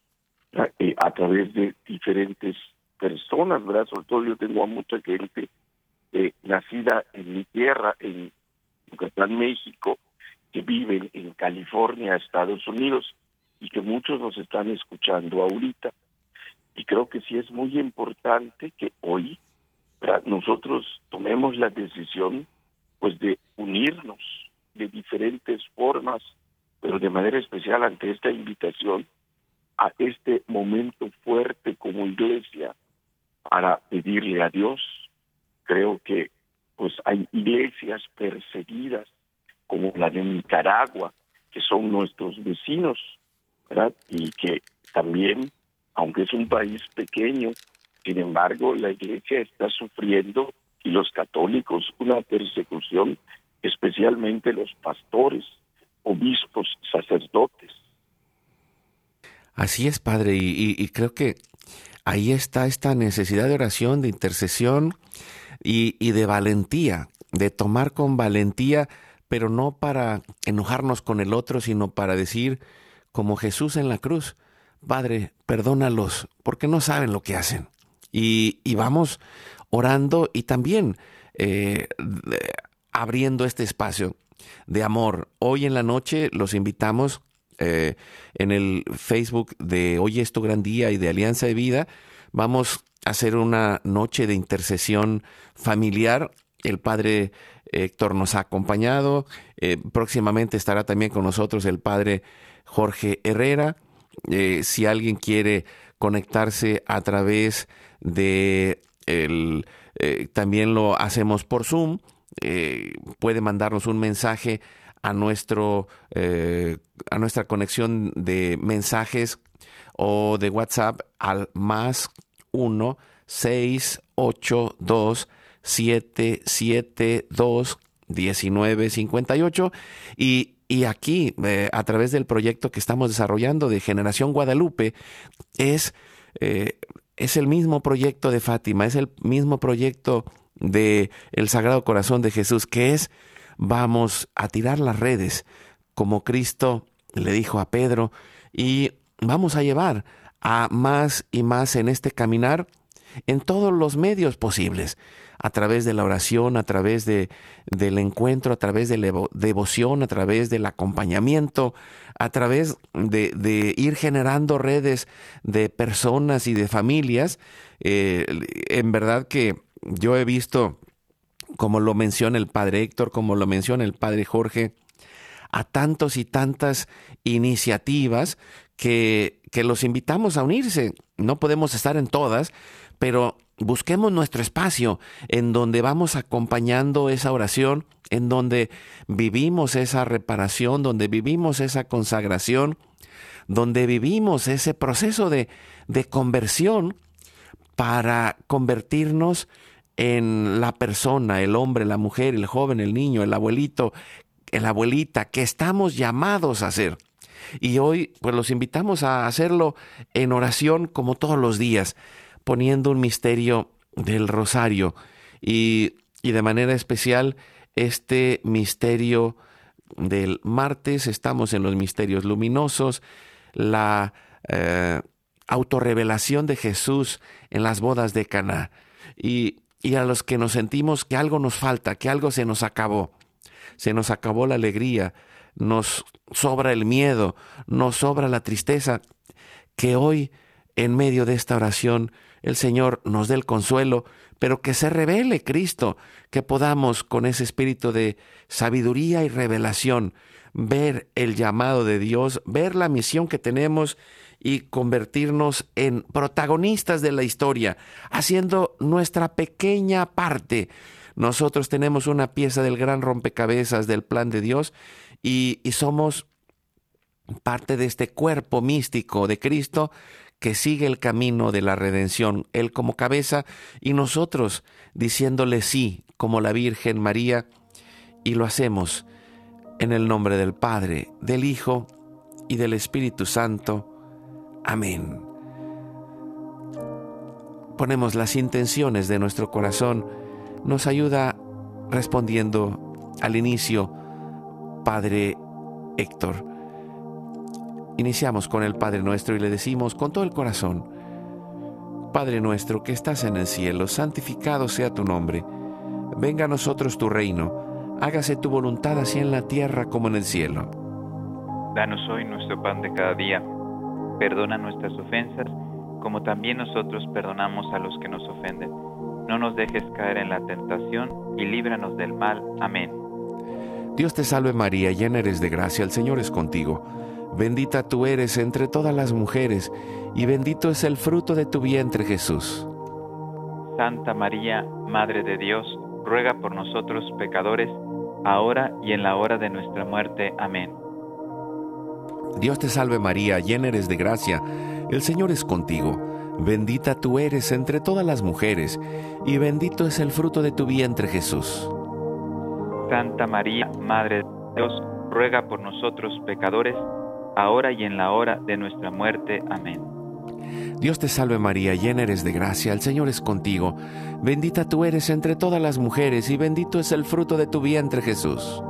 a través de diferentes personas, ¿verdad? Sobre todo yo tengo a mucha gente nacida en mi tierra, en Yucatán, México, que viven en California, Estados Unidos, y que muchos nos están escuchando ahorita. Y creo que sí es muy importante que hoy nosotros tomemos la decisión pues de unirnos de diferentes formas, pero de manera especial ante esta invitación a este momento fuerte como iglesia para pedirle a Dios. Creo que pues hay iglesias perseguidas como la de Nicaragua, que son nuestros vecinos, ¿verdad? Y que también, aunque es un país pequeño, sin embargo, la iglesia está sufriendo, y los católicos, una persecución, especialmente los pastores, obispos, sacerdotes. Así es, padre, y creo que ahí está esta necesidad de oración, de intercesión y de valentía, de tomar con valentía, pero no para enojarnos con el otro, sino para decir, como Jesús en la cruz, Padre, perdónalos, porque no saben lo que hacen. Y vamos orando y también abriendo este espacio de amor. Hoy en la noche los invitamos en el Facebook de Hoy es tu gran día y de Alianza de Vida. Vamos a hacer una noche de intercesión familiar. El padre Héctor nos ha acompañado. Próximamente estará también con nosotros el padre Jorge Herrera. Si alguien quiere conectarse a través de también lo hacemos por Zoom, puede mandarnos un mensaje a nuestra conexión de mensajes o de WhatsApp al +1 682 772 1958 y aquí a través del proyecto que estamos desarrollando de Generación Guadalupe es el mismo proyecto de Fátima, es el mismo proyecto de el Sagrado Corazón de Jesús, que es vamos a tirar las redes como Cristo le dijo a Pedro y vamos a llevar a más y más en este caminar en todos los medios posibles, a través de la oración, a través del encuentro, a través de la devoción, a través del acompañamiento, a través de ir generando redes de personas y de familias. En verdad que yo he visto, como lo menciona el padre Héctor, como lo menciona el padre Jorge, a tantos y tantas iniciativas que los invitamos a unirse. No podemos estar en todas, pero busquemos nuestro espacio en donde vamos acompañando esa oración, en donde vivimos esa reparación, donde vivimos esa consagración, donde vivimos ese proceso de conversión para convertirnos en la persona, el hombre, la mujer, el joven, el niño, el abuelito, la abuelita que estamos llamados a ser. Y hoy pues los invitamos a hacerlo en oración como todos los días. poniendo un misterio del rosario y de manera especial este misterio del martes. Estamos en los misterios luminosos, la autorrevelación de Jesús en las bodas de Caná, y a los que nos sentimos que algo nos falta, que algo se nos acabó la alegría, nos sobra el miedo, nos sobra la tristeza, que hoy en medio de esta oración el Señor nos dé el consuelo, pero que se revele Cristo, que podamos con ese espíritu de sabiduría y revelación ver el llamado de Dios, ver la misión que tenemos y convertirnos en protagonistas de la historia, haciendo nuestra pequeña parte. Nosotros tenemos una pieza del gran rompecabezas del plan de Dios y somos parte de este cuerpo místico de Cristo que sigue el camino de la redención, Él como cabeza y nosotros diciéndole sí, como la Virgen María, y lo hacemos en el nombre del Padre, del Hijo y del Espíritu Santo. Amén. Ponemos las intenciones de nuestro corazón, nos ayuda respondiendo al inicio Padre Héctor. Iniciamos con el Padre Nuestro y le decimos con todo el corazón: Padre nuestro que estás en el cielo, santificado sea tu nombre. Venga a nosotros tu reino. Hágase tu voluntad así en la tierra como en el cielo. Danos hoy nuestro pan de cada día. Perdona nuestras ofensas, como también nosotros perdonamos a los que nos ofenden. No nos dejes caer en la tentación y líbranos del mal. Amén. Dios te salve María, llena eres de gracia, el Señor es contigo. Bendita tú eres entre todas las mujeres, y bendito es el fruto de tu vientre, Jesús. Santa María, Madre de Dios, ruega por nosotros pecadores, ahora y en la hora de nuestra muerte. Amén. Dios te salve María, llena eres de gracia, el Señor es contigo. Bendita tú eres entre todas las mujeres, y bendito es el fruto de tu vientre, Jesús. Santa María, Madre de Dios, ruega por nosotros pecadores, ahora y en la hora de nuestra muerte. Amén. Dios te salve María, llena eres de gracia, el Señor es contigo. Bendita tú eres entre todas las mujeres, y bendito es el fruto de tu vientre, Jesús.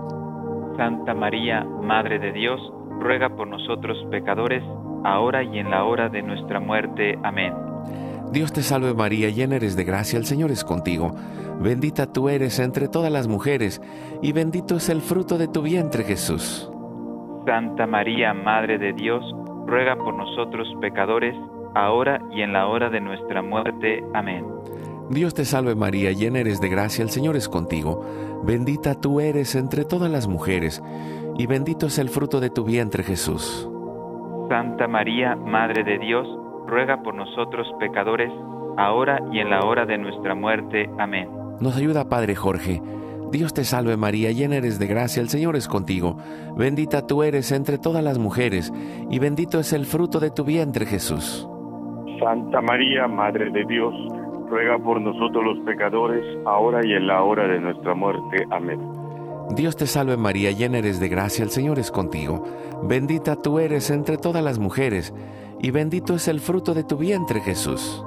Santa María, Madre de Dios, ruega por nosotros pecadores, ahora y en la hora de nuestra muerte. Amén. Dios te salve María, llena eres de gracia, el Señor es contigo. Bendita tú eres entre todas las mujeres, y bendito es el fruto de tu vientre, Jesús. Santa María, Madre de Dios, ruega por nosotros pecadores, ahora y en la hora de nuestra muerte. Amén. Dios te salve María, llena eres de gracia, el Señor es contigo. Bendita tú eres entre todas las mujeres, y bendito es el fruto de tu vientre, Jesús. Santa María, Madre de Dios, ruega por nosotros pecadores, ahora y en la hora de nuestra muerte. Amén. Nos ayuda Padre Jorge. Dios te salve María, llena eres de gracia, el Señor es contigo. Bendita tú eres entre todas las mujeres, y bendito es el fruto de tu vientre, Jesús. Santa María, Madre de Dios, ruega por nosotros los pecadores, ahora y en la hora de nuestra muerte. Amén. Dios te salve María, llena eres de gracia, el Señor es contigo. Bendita tú eres entre todas las mujeres, y bendito es el fruto de tu vientre, Jesús.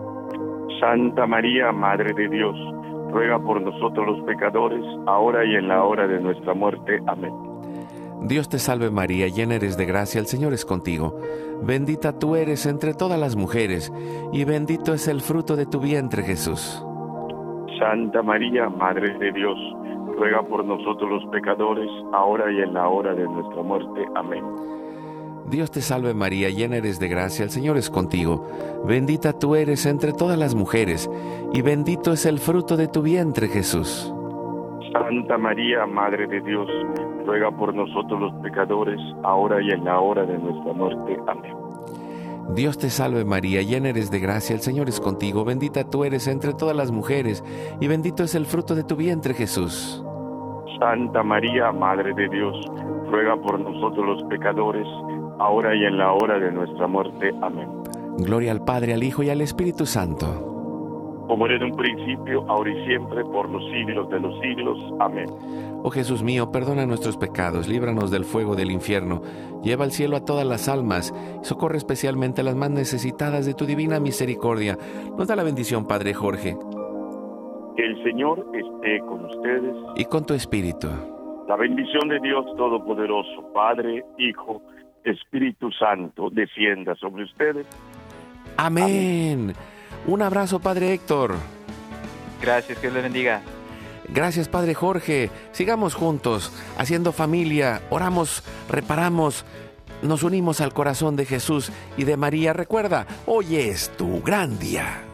Santa María, Madre de Dios, ruega por nosotros los pecadores, ahora y en la hora de nuestra muerte. Amén. Dios te salve María, llena eres de gracia, el Señor es contigo. Bendita tú eres entre todas las mujeres, y bendito es el fruto de tu vientre, Jesús. Santa María, Madre de Dios, ruega por nosotros los pecadores, ahora y en la hora de nuestra muerte. Amén. Dios te salve María, llena eres de gracia, el Señor es contigo. Bendita tú eres entre todas las mujeres, y bendito es el fruto de tu vientre, Jesús. Santa María, Madre de Dios, ruega por nosotros los pecadores, ahora y en la hora de nuestra muerte. Amén. Dios te salve María, llena eres de gracia, el Señor es contigo. Bendita tú eres entre todas las mujeres, y bendito es el fruto de tu vientre, Jesús. Santa María, Madre de Dios, ruega por nosotros los pecadores, ahora y en la hora de nuestra muerte. Amén. Gloria al Padre, al Hijo y al Espíritu Santo. como era en un principio, ahora y siempre, por los siglos de los siglos. Amén. Oh Jesús mío, perdona nuestros pecados, líbranos del fuego del infierno, lleva al cielo a todas las almas, y socorre especialmente a las más necesitadas de tu divina misericordia. Nos da la bendición, Padre Jorge. Que el Señor esté con ustedes. Y con tu espíritu. La bendición de Dios Todopoderoso, Padre, Hijo, Espíritu Santo, descienda sobre ustedes. Amén. Un abrazo, Padre Héctor. Gracias, Dios le bendiga. Gracias, Padre Jorge. Sigamos juntos, haciendo familia, oramos, reparamos, nos unimos al corazón de Jesús y de María. Recuerda, hoy es tu gran día.